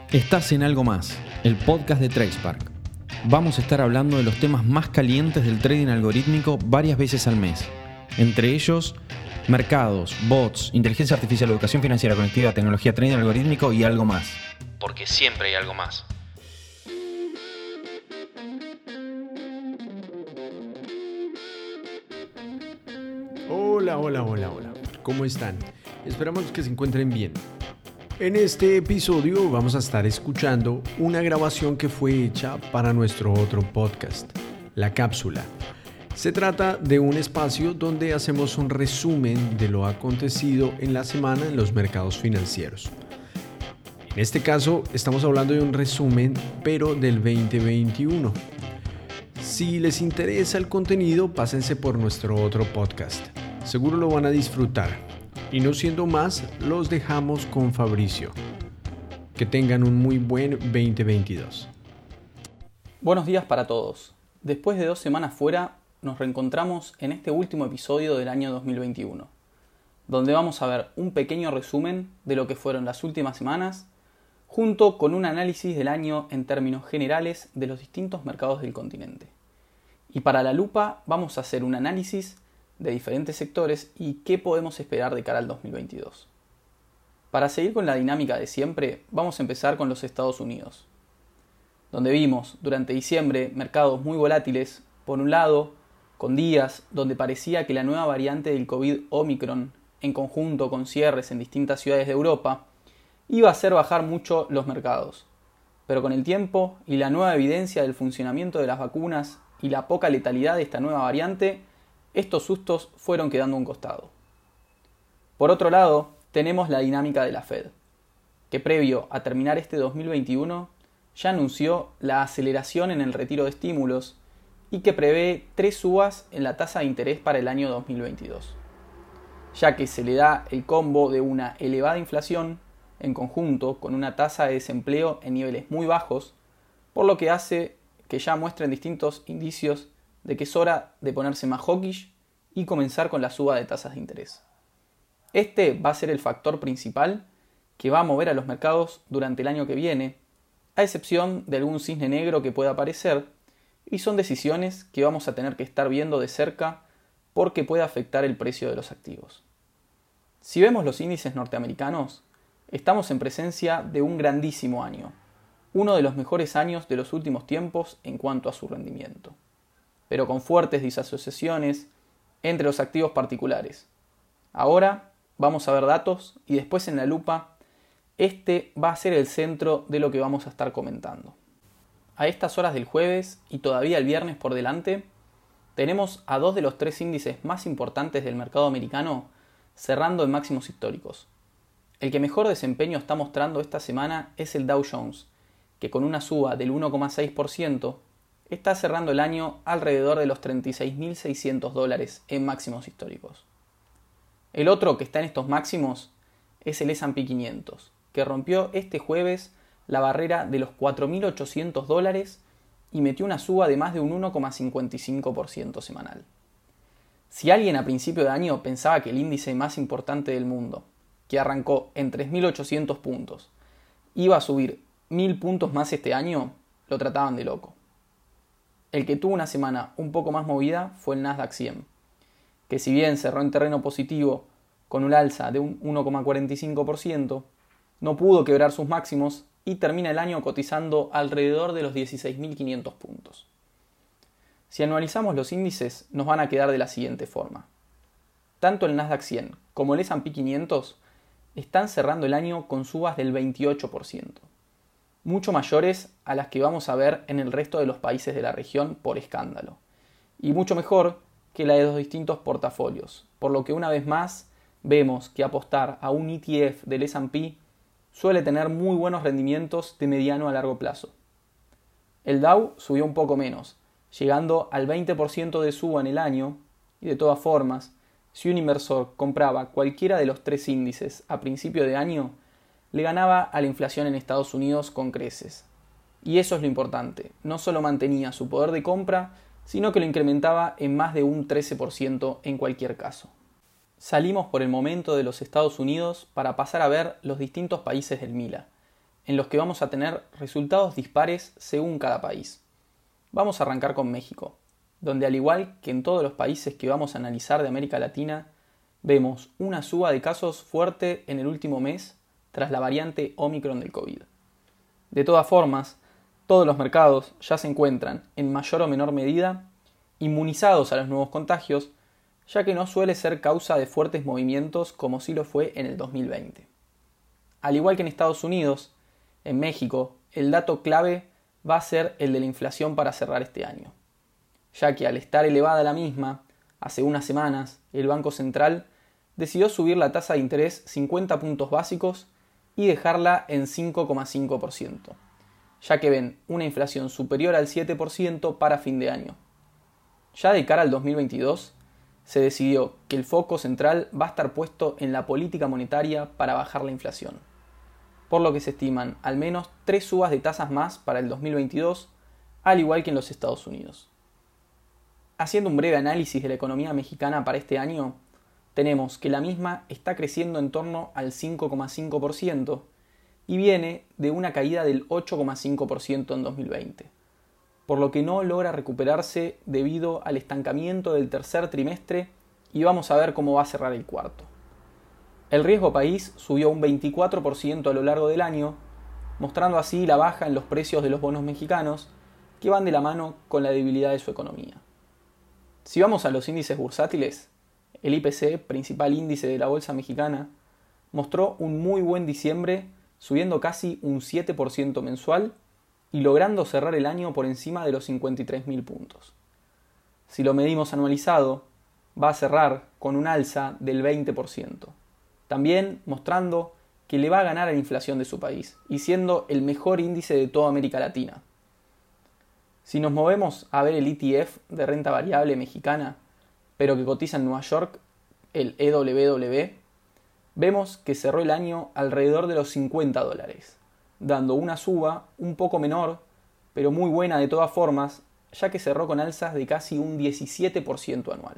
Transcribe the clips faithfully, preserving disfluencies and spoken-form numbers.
Estás en Algo Más, el podcast de TradeSpark. Vamos a estar hablando de los temas más calientes del trading algorítmico varias veces al mes. Entre ellos, mercados, bots, inteligencia artificial, educación financiera conectiva, tecnología, trading algorítmico y algo más. Porque siempre hay algo más. Hola, hola, hola, hola. ¿Cómo están? Esperamos que se encuentren bien. En este episodio vamos a estar escuchando una grabación que fue hecha para nuestro otro podcast, La Cápsula. Se trata de un espacio donde hacemos un resumen de lo acontecido en la semana en los mercados financieros. En este caso estamos hablando de un resumen, pero del veinte veintiuno. Si les interesa el contenido, pásense por nuestro otro podcast. Seguro lo van a disfrutar. Y no siendo más, los dejamos con Fabricio. Que tengan un muy buen veinte veintidós. Buenos días para todos. Después de dos semanas fuera, nos reencontramos en este último episodio del año dos mil veintiuno, donde vamos a ver un pequeño resumen de lo que fueron las últimas semanas, junto con un análisis del año en términos generales de los distintos mercados del continente. Y para la lupa vamos a hacer un análisis de diferentes sectores y qué podemos esperar de cara al dos mil veintidós. Para seguir con la dinámica de siempre, vamos a empezar con los Estados Unidos, donde vimos durante diciembre mercados muy volátiles, por un lado, con días donde parecía que la nueva variante del COVID Omicron, en conjunto con cierres en distintas ciudades de Europa, iba a hacer bajar mucho los mercados. Pero con el tiempo y la nueva evidencia del funcionamiento de las vacunas y la poca letalidad de esta nueva variante, estos sustos fueron quedando a un costado. Por otro lado, tenemos la dinámica de la Fed, que previo a terminar este dos mil veintiuno ya anunció la aceleración en el retiro de estímulos y que prevé tres subas en la tasa de interés para el año dos mil veintidós, ya que se le da el combo de una elevada inflación en conjunto con una tasa de desempleo en niveles muy bajos, por lo que hace que ya muestren distintos indicios de que es hora de ponerse más hawkish y comenzar con la suba de tasas de interés. Este va a ser el factor principal que va a mover a los mercados durante el año que viene, a excepción de algún cisne negro que pueda aparecer, y son decisiones que vamos a tener que estar viendo de cerca porque puede afectar el precio de los activos. Si vemos los índices norteamericanos, estamos en presencia de un grandísimo año, uno de los mejores años de los últimos tiempos en cuanto a su rendimiento, pero con fuertes disasociaciones entre los activos particulares. Ahora vamos a ver datos y después en la lupa este va a ser el centro de lo que vamos a estar comentando. A estas horas del jueves y todavía el viernes por delante, tenemos a dos de los tres índices más importantes del mercado americano cerrando en máximos históricos. El que mejor desempeño está mostrando esta semana es el Dow Jones, que con una suba del uno coma seis por ciento está cerrando el año alrededor de los treinta y seis mil seiscientos dólares en máximos históricos. El otro que está en estos máximos es el ese and pe quinientos, que rompió este jueves la barrera de los cuatro mil ochocientos dólares y metió una suba de más de un uno coma cincuenta y cinco por ciento semanal. Si alguien a principio de año pensaba que el índice más importante del mundo, que arrancó en tres mil ochocientos puntos, iba a subir mil puntos más este año, lo trataban de loco. El que tuvo una semana un poco más movida fue el Nasdaq cien, que si bien cerró en terreno positivo con un alza de un uno coma cuarenta y cinco por ciento, no pudo quebrar sus máximos y termina el año cotizando alrededor de los dieciséis mil quinientos puntos. Si anualizamos los índices, nos van a quedar de la siguiente forma. Tanto el Nasdaq cien como el ese and pe quinientos están cerrando el año con subas del veintiocho por ciento. Mucho mayores a las que vamos a ver en el resto de los países de la región por escándalo, y mucho mejor que la de los distintos portafolios, por lo que una vez más vemos que apostar a un E T F del ese and pe suele tener muy buenos rendimientos de mediano a largo plazo. El Dow subió un poco menos, llegando al veinte por ciento de suba en el año, y de todas formas, si un inversor compraba cualquiera de los tres índices a principio de año, le ganaba a la inflación en Estados Unidos con creces. Y eso es lo importante, no solo mantenía su poder de compra, sino que lo incrementaba en más de un trece por ciento en cualquier caso. Salimos por el momento de los Estados Unidos para pasar a ver los distintos países del M I L A, en los que vamos a tener resultados dispares según cada país. Vamos a arrancar con México, donde al igual que en todos los países que vamos a analizar de América Latina, vemos una suba de casos fuerte en el último mes tras la variante Omicron del COVID. De todas formas, todos los mercados ya se encuentran, en mayor o menor medida, inmunizados a los nuevos contagios, ya que no suele ser causa de fuertes movimientos como sí lo fue en el dos mil veinte. Al igual que en Estados Unidos, en México, el dato clave va a ser el de la inflación para cerrar este año, ya que al estar elevada la misma, hace unas semanas, el Banco Central decidió subir la tasa de interés cincuenta puntos básicos y dejarla en cinco coma cinco por ciento, ya que ven una inflación superior al siete por ciento para fin de año. Ya de cara al dos mil veintidós, se decidió que el foco central va a estar puesto en la política monetaria para bajar la inflación, por lo que se estiman al menos tres subas de tasas más para el dos mil veintidós, al igual que en los Estados Unidos. Haciendo un breve análisis de la economía mexicana para este año, tenemos que la misma está creciendo en torno al cinco coma cinco por ciento y viene de una caída del ocho coma cinco por ciento en dos mil veinte, por lo que no logra recuperarse debido al estancamiento del tercer trimestre y vamos a ver cómo va a cerrar el cuarto. El riesgo país subió un veinticuatro por ciento a lo largo del año, mostrando así la baja en los precios de los bonos mexicanos que van de la mano con la debilidad de su economía. Si vamos a los índices bursátiles, el I P C, principal índice de la bolsa mexicana, mostró un muy buen diciembre, subiendo casi un siete por ciento mensual y logrando cerrar el año por encima de los cincuenta y tres mil puntos. Si lo medimos anualizado, va a cerrar con un alza del veinte por ciento, también mostrando que le va a ganar a la inflación de su país y siendo el mejor índice de toda América Latina. Si nos movemos a ver el E T F de renta variable mexicana, pero que cotiza en Nueva York, el E W W, vemos que cerró el año alrededor de los cincuenta dólares, dando una suba un poco menor, pero muy buena de todas formas, ya que cerró con alzas de casi un diecisiete por ciento anual.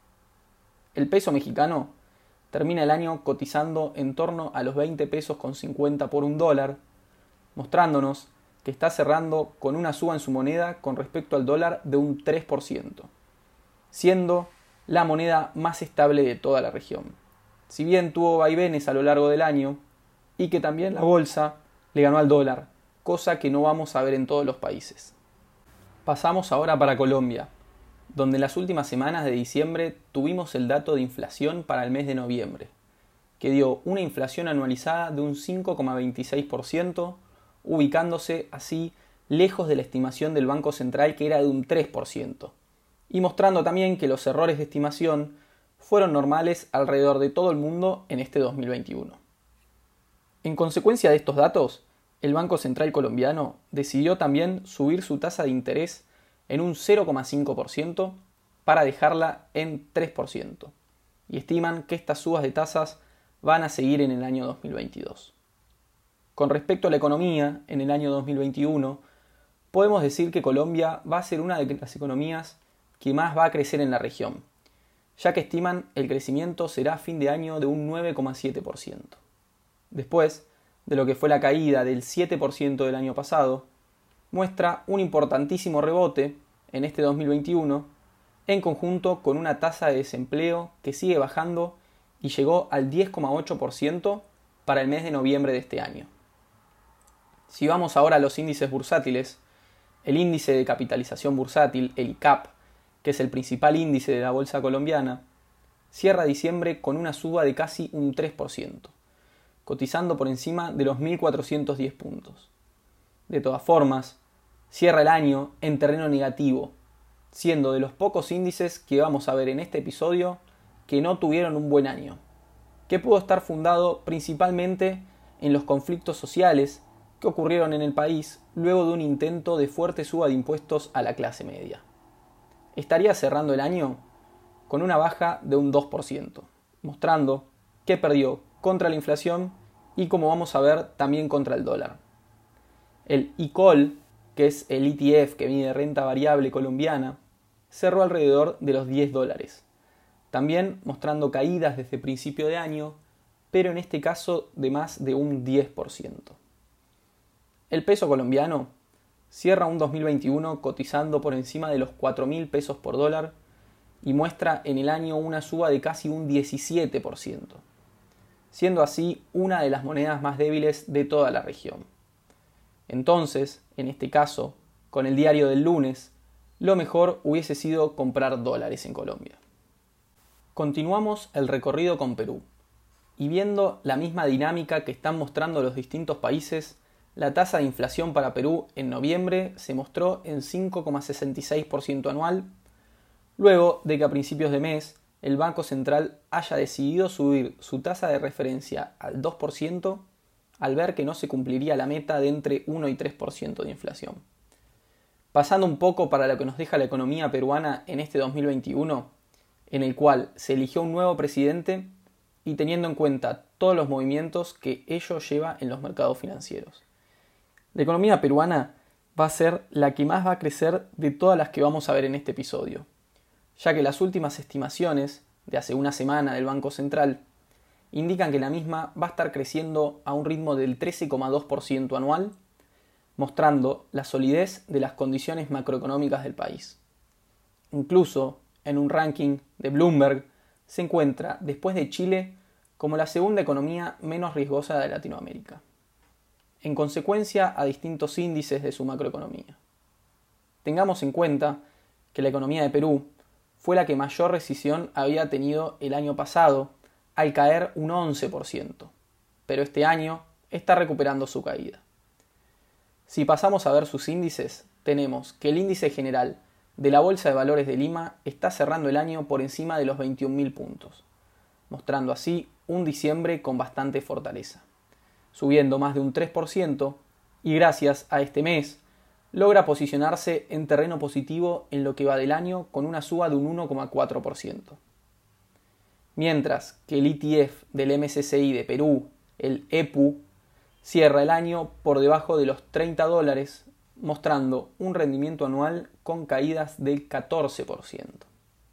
El peso mexicano termina el año cotizando en torno a los veinte pesos con cincuenta por un dólar, mostrándonos que está cerrando con una suba en su moneda con respecto al dólar de un tres por ciento, siendo la moneda más estable de toda la región, si bien tuvo vaivenes a lo largo del año y que también la bolsa le ganó al dólar, cosa que no vamos a ver en todos los países. Pasamos ahora para Colombia, donde en las últimas semanas de diciembre tuvimos el dato de inflación para el mes de noviembre, que dio una inflación anualizada de un cinco coma veintiséis por ciento, ubicándose así lejos de la estimación del Banco Central, que era de un tres por ciento, y mostrando también que los errores de estimación fueron normales alrededor de todo el mundo en este dos mil veintiuno. En consecuencia de estos datos, el Banco Central colombiano decidió también subir su tasa de interés en un cero coma cinco por ciento para dejarla en tres por ciento, y estiman que estas subas de tasas van a seguir en el año dos mil veintidós. Con respecto a la economía, en el año dos mil veintiuno, podemos decir que Colombia va a ser una de las economías que más va a crecer en la región, ya que estiman el crecimiento será a fin de año de un nueve coma siete por ciento. Después de lo que fue la caída del siete por ciento del año pasado, muestra un importantísimo rebote en este dos mil veintiuno, en conjunto con una tasa de desempleo que sigue bajando y llegó al diez coma ocho por ciento para el mes de noviembre de este año. Si vamos ahora a los índices bursátiles, el índice de capitalización bursátil, el I C A P, que es el principal índice de la bolsa colombiana, cierra diciembre con una suba de casi un tres por ciento, cotizando por encima de los mil cuatrocientos diez puntos. De todas formas, cierra el año en terreno negativo, siendo de los pocos índices que vamos a ver en este episodio que no tuvieron un buen año, que pudo estar fundado principalmente en los conflictos sociales que ocurrieron en el país luego de un intento de fuerte suba de impuestos a la clase media. Estaría cerrando el año con una baja de un dos por ciento, mostrando que perdió contra la inflación y, como vamos a ver, también contra el dólar. El I C O L, que es el E T F que mide renta variable colombiana, cerró alrededor de los diez dólares, también mostrando caídas desde principio de año, pero en este caso de más de un diez por ciento. El peso colombiano cierra un dos mil veintiuno cotizando por encima de los cuatro mil pesos por dólar y muestra en el año una suba de casi un diecisiete por ciento, siendo así una de las monedas más débiles de toda la región. Entonces, en este caso, con el diario del lunes, lo mejor hubiese sido comprar dólares en Colombia. Continuamos el recorrido con Perú, y viendo la misma dinámica que están mostrando los distintos países, la tasa de inflación para Perú en noviembre se mostró en cinco coma sesenta y seis por ciento anual, luego de que a principios de mes el Banco Central haya decidido subir su tasa de referencia al dos por ciento al ver que no se cumpliría la meta de entre uno y tres por ciento de inflación. Pasando un poco para lo que nos deja la economía peruana en este dos mil veintiuno, en el cual se eligió un nuevo presidente y teniendo en cuenta todos los movimientos que ello lleva en los mercados financieros. La economía peruana va a ser la que más va a crecer de todas las que vamos a ver en este episodio, ya que las últimas estimaciones de hace una semana del Banco Central indican que la misma va a estar creciendo a un ritmo del trece coma dos por ciento anual, mostrando la solidez de las condiciones macroeconómicas del país. Incluso, en un ranking de Bloomberg, se encuentra, después de Chile, como la segunda economía menos riesgosa de Latinoamérica, en consecuencia a distintos índices de su macroeconomía. Tengamos en cuenta que la economía de Perú fue la que mayor recesión había tenido el año pasado, al caer un once por ciento, pero este año está recuperando su caída. Si pasamos a ver sus índices, tenemos que el índice general de la Bolsa de Valores de Lima está cerrando el año por encima de los veintiún mil puntos, mostrando así un diciembre con bastante fortaleza, subiendo más de un tres por ciento y gracias a este mes logra posicionarse en terreno positivo en lo que va del año con una suba de un uno coma cuatro por ciento. Mientras que el E T F del M S C I de Perú, el E P U, cierra el año por debajo de los treinta dólares, mostrando un rendimiento anual con caídas del catorce por ciento.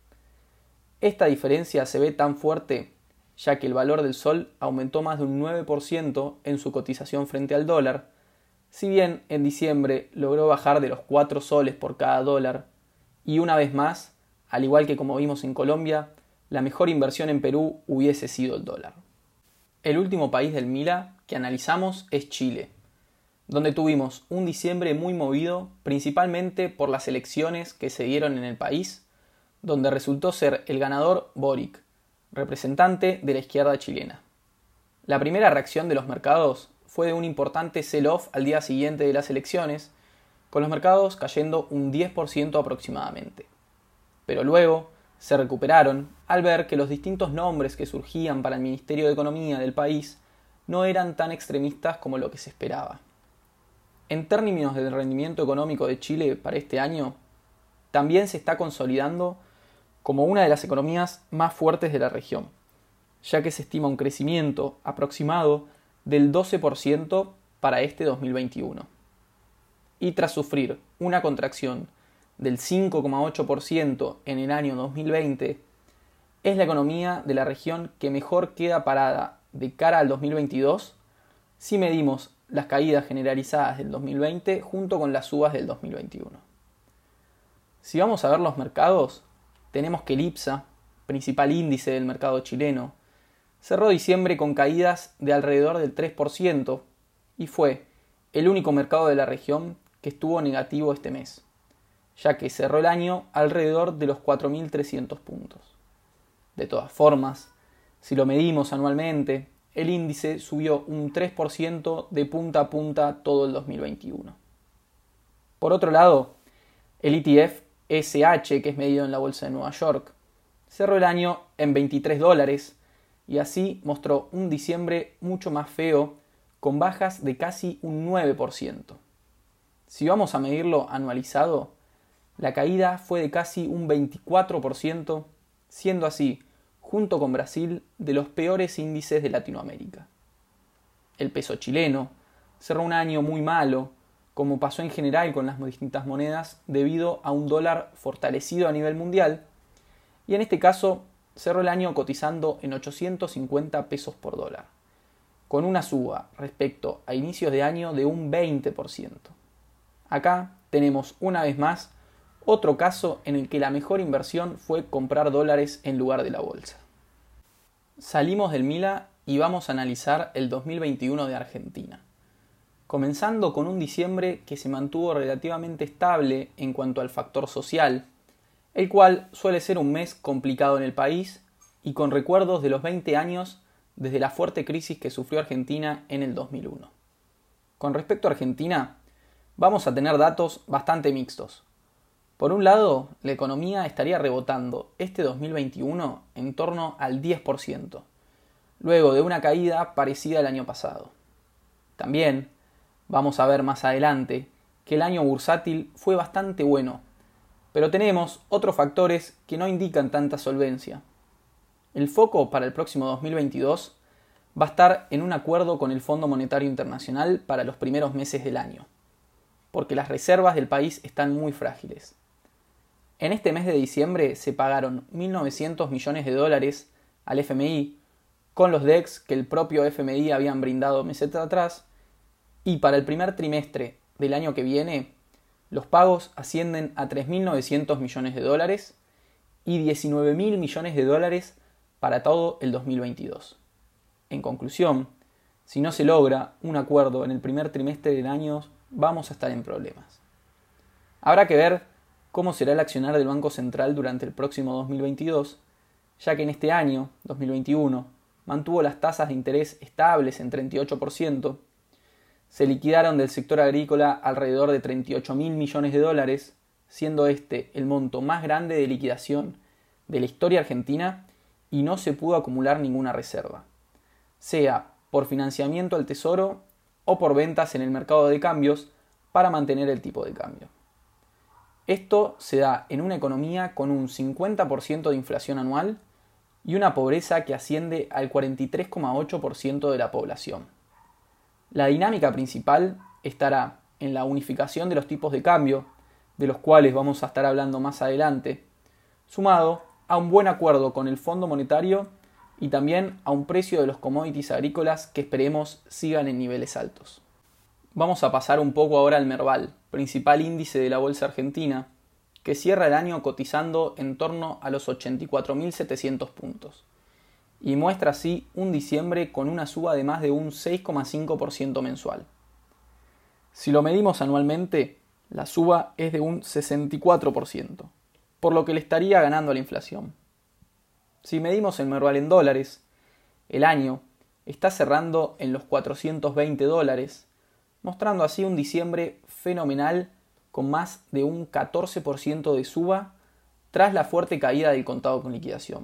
Esta diferencia se ve tan fuerte ya que el valor del sol aumentó más de un nueve por ciento en su cotización frente al dólar, si bien en diciembre logró bajar de los cuatro soles por cada dólar, y una vez más, al igual que como vimos en Colombia, la mejor inversión en Perú hubiese sido el dólar. El último país del MILA que analizamos es Chile, donde tuvimos un diciembre muy movido principalmente por las elecciones que se dieron en el país, donde resultó ser el ganador Boric, representante de la izquierda chilena. La primera reacción de los mercados fue de un importante sell-off al día siguiente de las elecciones, con los mercados cayendo un diez por ciento aproximadamente. Pero luego se recuperaron al ver que los distintos nombres que surgían para el Ministerio de Economía del país no eran tan extremistas como lo que se esperaba. En términos del rendimiento económico de Chile para este año, también se está consolidando como una de las economías más fuertes de la región, ya que se estima un crecimiento aproximado del doce por ciento para este dos mil veintiuno. Y tras sufrir una contracción del cinco coma ocho por ciento en el año dos mil veinte, es la economía de la región que mejor queda parada de cara al dos mil veintidós si medimos las caídas generalizadas del dos mil veinte junto con las subas del dos mil veintiuno. Si vamos a ver los mercados, tenemos que el IPSA, principal índice del mercado chileno, cerró diciembre con caídas de alrededor del tres por ciento y fue el único mercado de la región que estuvo negativo este mes, ya que cerró el año alrededor de los cuatro mil trescientos puntos. De todas formas, si lo medimos anualmente, el índice subió un tres por ciento de punta a punta todo el dos mil veintiuno. Por otro lado, el E T F S H, que es medido en la bolsa de Nueva York, cerró el año en veintitrés dólares y así mostró un diciembre mucho más feo, con bajas de casi un nueve por ciento. Si vamos a medirlo anualizado, la caída fue de casi un veinticuatro por ciento, siendo así, junto con Brasil, de los peores índices de Latinoamérica. El peso chileno cerró un año muy malo, como pasó en general con las distintas monedas, debido a un dólar fortalecido a nivel mundial, y en este caso cerró el año cotizando en ochocientos cincuenta pesos por dólar, con una suba respecto a inicios de año de un veinte por ciento. Acá tenemos una vez más otro caso en el que la mejor inversión fue comprar dólares en lugar de la bolsa. Salimos del Mila y vamos a analizar el dos mil veintiuno de Argentina, comenzando con un diciembre que se mantuvo relativamente estable en cuanto al factor social, el cual suele ser un mes complicado en el país y con recuerdos de los veinte años desde la fuerte crisis que sufrió Argentina en el dos mil uno. Con respecto a Argentina, vamos a tener datos bastante mixtos. Por un lado, la economía estaría rebotando este dos mil veintiuno en torno al diez por ciento, luego de una caída parecida al año pasado. También vamos a ver más adelante que el año bursátil fue bastante bueno, pero tenemos otros factores que no indican tanta solvencia. El foco para el próximo dos mil veintidós va a estar en un acuerdo con el Fondo Monetario Internacional para los primeros meses del año, porque las reservas del país están muy frágiles. En este mes de diciembre se pagaron mil novecientos millones de dólares al F M I con los D E X que el propio F M I habían brindado meses atrás, y para el primer trimestre del año que viene los pagos ascienden a tres mil novecientos millones de dólares y diecinueve mil millones de dólares para todo el dos mil veintidós. En conclusión, si no se logra un acuerdo en el primer trimestre del año, vamos a estar en problemas. Habrá que ver cómo será el accionar del Banco Central durante el próximo dos mil veintidós, ya que en este año, dos mil veintiuno, mantuvo las tasas de interés estables en treinta y ocho por ciento, se liquidaron del sector agrícola alrededor de treinta y ocho mil millones de dólares, siendo este el monto más grande de liquidación de la historia argentina y no se pudo acumular ninguna reserva, sea por financiamiento al tesoro o por ventas en el mercado de cambios para mantener el tipo de cambio. Esto se da en una economía con un cincuenta por ciento de inflación anual y una pobreza que asciende al cuarenta y tres coma ocho por ciento de la población. La dinámica principal estará en la unificación de los tipos de cambio, de los cuales vamos a estar hablando más adelante, sumado a un buen acuerdo con el Fondo Monetario y también a un precio de los commodities agrícolas que esperemos sigan en niveles altos. Vamos a pasar un poco ahora al Merval, principal índice de la bolsa argentina, que cierra el año cotizando en torno a los ochenta y cuatro mil setecientos puntos, y muestra así un diciembre con una suba de más de un seis coma cinco por ciento mensual. Si lo medimos anualmente, la suba es de un sesenta y cuatro por ciento, por lo que le estaría ganando a la inflación. Si medimos el Merval en dólares, el año está cerrando en los cuatrocientos veinte dólares, mostrando así un diciembre fenomenal con más de un catorce por ciento de suba tras la fuerte caída del contado con liquidación.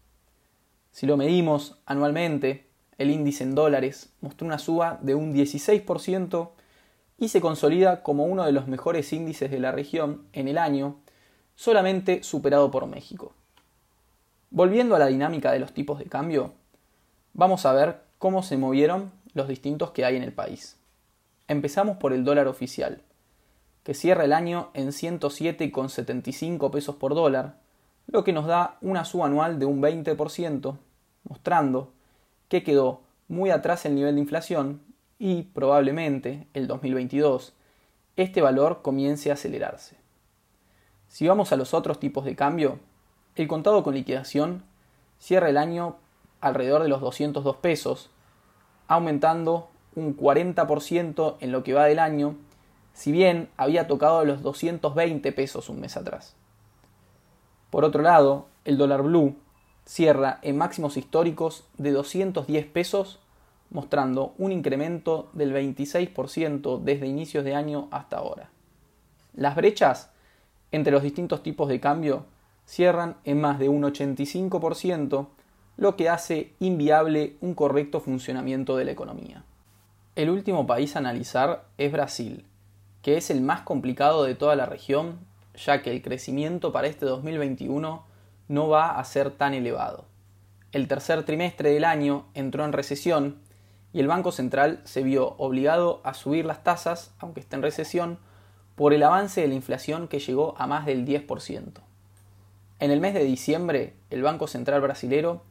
Si lo medimos anualmente, el índice en dólares mostró una suba de un dieciséis por ciento y se consolida como uno de los mejores índices de la región en el año, solamente superado por México. Volviendo a la dinámica de los tipos de cambio, vamos a ver cómo se movieron los distintos que hay en el país. Empezamos por el dólar oficial, que cierra el año en ciento siete coma setenta y cinco pesos por dólar, lo que nos da una suba anual de un veinte por ciento, mostrando que quedó muy atrás el nivel de inflación y probablemente el dos mil veintidós este valor comience a acelerarse. Si vamos a los otros tipos de cambio, el contado con liquidación cierra el año alrededor de los doscientos dos pesos, aumentando un cuarenta por ciento en lo que va del año, si bien había tocado los doscientos veinte pesos un mes atrás. Por otro lado, el dólar blue cierra en máximos históricos de doscientos diez pesos, mostrando un incremento del veintiséis por ciento desde inicios de año hasta ahora. Las brechas entre los distintos tipos de cambio cierran en más de un ochenta y cinco por ciento, lo que hace inviable un correcto funcionamiento de la economía. El último país a analizar es Brasil, que es el más complicado de toda la región, ya que el crecimiento para este dos mil veintiuno no va a ser tan elevado. El tercer trimestre del año entró en recesión y el Banco Central se vio obligado a subir las tasas, aunque esté en recesión, por el avance de la inflación que llegó a más del diez por ciento. En el mes de diciembre, el Banco Central brasilero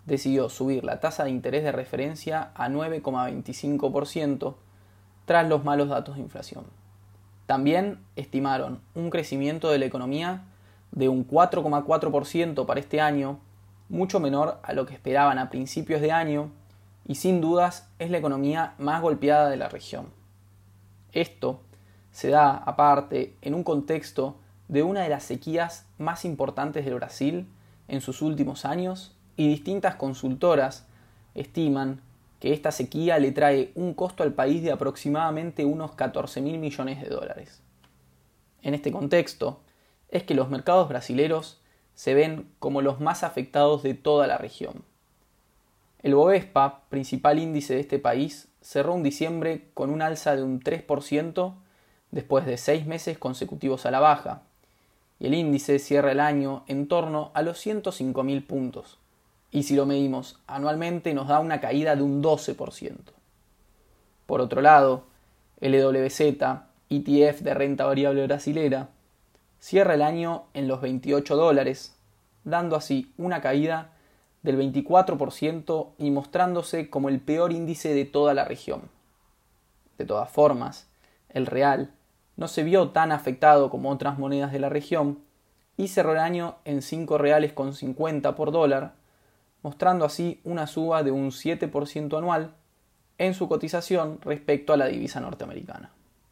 decidió subir la tasa de interés de referencia a nueve coma veinticinco por ciento tras los malos datos de inflación. También estimaron un crecimiento de la economía de un cuatro coma cuatro por ciento para este año, mucho menor a lo que esperaban a principios de año, y sin dudas es la economía más golpeada de la región. Esto se da, aparte, en un contexto de una de las sequías más importantes del Brasil en sus últimos años, y distintas consultoras estiman que esta sequía le trae un costo al país de aproximadamente unos catorce mil millones de dólares. En este contexto, es que los mercados brasileros se ven como los más afectados de toda la región. El Bovespa, principal índice de este país, cerró un diciembre con un alza de un tres por ciento después de seis meses consecutivos a la baja, y el índice cierra el año en torno a los ciento cinco mil puntos, y si lo medimos anualmente nos da una caída de un doce por ciento. Por otro lado, el L W Z, E T F de renta variable brasilera, cierra el año en los veintiocho dólares, dando así una caída del veinticuatro por ciento y mostrándose como el peor índice de toda la región. De todas formas, el real no se vio tan afectado como otras monedas de la región y cerró el año en cinco reales con cincuenta por dólar, mostrando así una suba de un siete por ciento anual en su cotización respecto a la divisa norteamericana.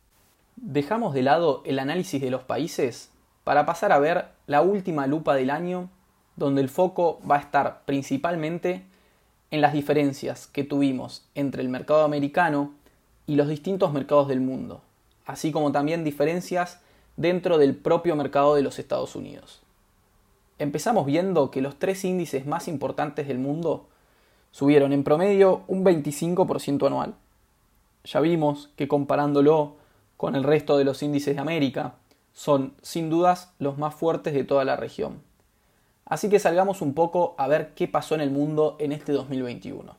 Dejamos de lado el análisis de los países para pasar a ver la última lupa del año, donde el foco va a estar principalmente en las diferencias que tuvimos entre el mercado americano y los distintos mercados del mundo, así como también diferencias dentro del propio mercado de los Estados Unidos. Empezamos viendo que los tres índices más importantes del mundo subieron en promedio un veinticinco por ciento anual. Ya vimos que comparándolo con el resto de los índices de América, son sin dudas los más fuertes de toda la región. Así que salgamos un poco a ver qué pasó en el mundo en este dos mil veintiuno.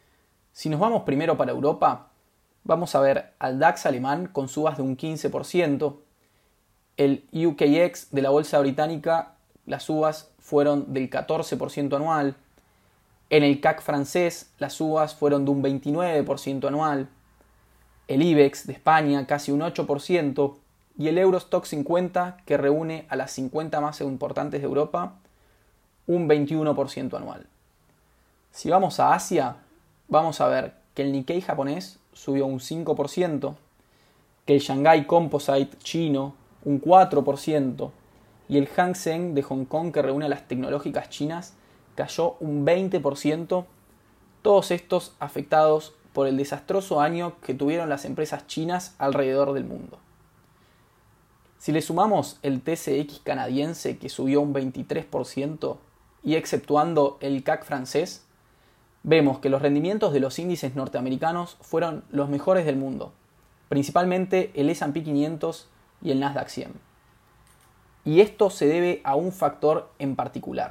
Si nos vamos primero para Europa, vamos a ver al DAX alemán con subas de un quince por ciento, el U K X de la bolsa británica, las subas fueron del catorce por ciento anual, en el C A C francés las subas fueron de un veintinueve por ciento anual, el IBEX de España casi un ocho por ciento, y el Eurostoxx cincuenta, que reúne a las cincuenta más importantes de Europa, un veintiuno por ciento anual. Si vamos a Asia, vamos a ver que el Nikkei japonés subió un cinco por ciento, que el Shanghai Composite chino un cuatro por ciento y el Hang Seng de Hong Kong, que reúne a las tecnológicas chinas, cayó un veinte por ciento, todos estos afectados por el desastroso año que tuvieron las empresas chinas alrededor del mundo. Si le sumamos el T C X canadiense, que subió un veintitrés por ciento, y exceptuando el C A C francés, vemos que los rendimientos de los índices norteamericanos fueron los mejores del mundo, principalmente el S and P quinientos y el Nasdaq cien. Y esto se debe a un factor en particular.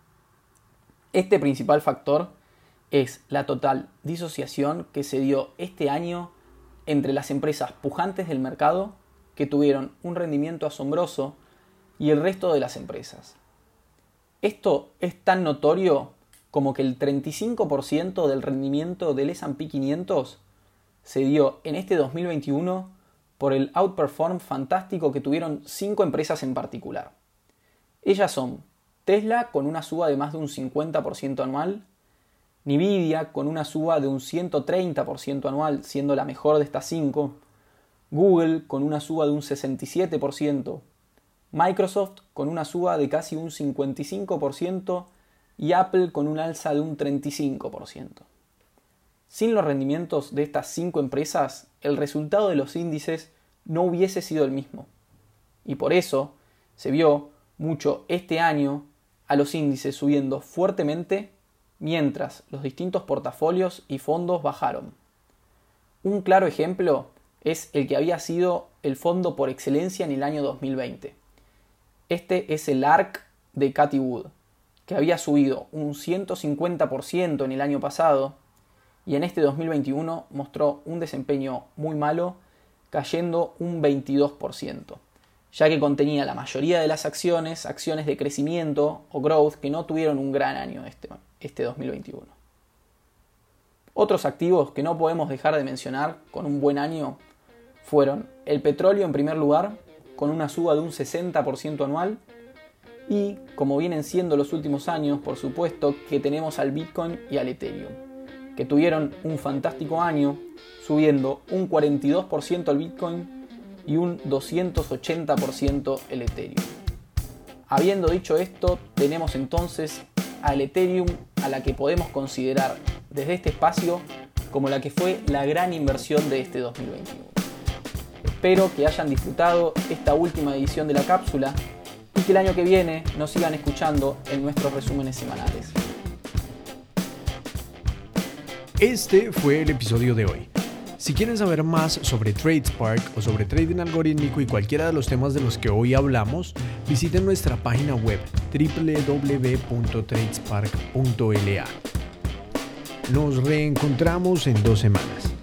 Este principal factor es la total disociación que se dio este año entre las empresas pujantes del mercado, que tuvieron un rendimiento asombroso, y el resto de las empresas. Esto es tan notorio como que el treinta y cinco por ciento del rendimiento del S and P quinientos se dio en este dos mil veintiuno por el outperform fantástico que tuvieron cinco empresas en particular. Ellas son Tesla con una suba de más de un cincuenta por ciento anual, Nvidia con una suba de un ciento treinta por ciento anual, siendo la mejor de estas cinco, Google con una suba de un sesenta y siete por ciento, Microsoft con una suba de casi un cincuenta y cinco por ciento y Apple con un alza de un treinta y cinco por ciento. Sin los rendimientos de estas cinco empresas, el resultado de los índices no hubiese sido el mismo. Y por eso se vio mucho este año a los índices subiendo fuertemente, mientras los distintos portafolios y fondos bajaron. Un claro ejemplo es el que había sido el fondo por excelencia en el año dos mil veinte. Este es el A R C de Cathie Wood, que había subido un ciento cincuenta por ciento en el año pasado y en este dos mil veintiuno mostró un desempeño muy malo, cayendo un veintidós por ciento, ya que contenía la mayoría de las acciones, acciones de crecimiento o growth que no tuvieron un gran año este, este dos mil veintiuno. Otros activos que no podemos dejar de mencionar con un buen año fueron el petróleo en primer lugar, con una suba de un sesenta por ciento anual, y como vienen siendo los últimos años, por supuesto que tenemos al Bitcoin y al Ethereum, que tuvieron un fantástico año, subiendo un cuarenta y dos por ciento al Bitcoin y un doscientos ochenta por ciento el Ethereum. Habiendo dicho esto, tenemos entonces al Ethereum, a la que podemos considerar desde este espacio como la que fue la gran inversión de este dos mil veintiuno. Espero que hayan disfrutado esta última edición de la cápsula y que el año que viene nos sigan escuchando en nuestros resúmenes semanales. Este fue el episodio de hoy. Si quieren saber más sobre TradeSpark o sobre trading algorítmico y cualquiera de los temas de los que hoy hablamos, visiten nuestra página web doble u doble u doble u punto tradespark punto l a. Nos reencontramos en dos semanas.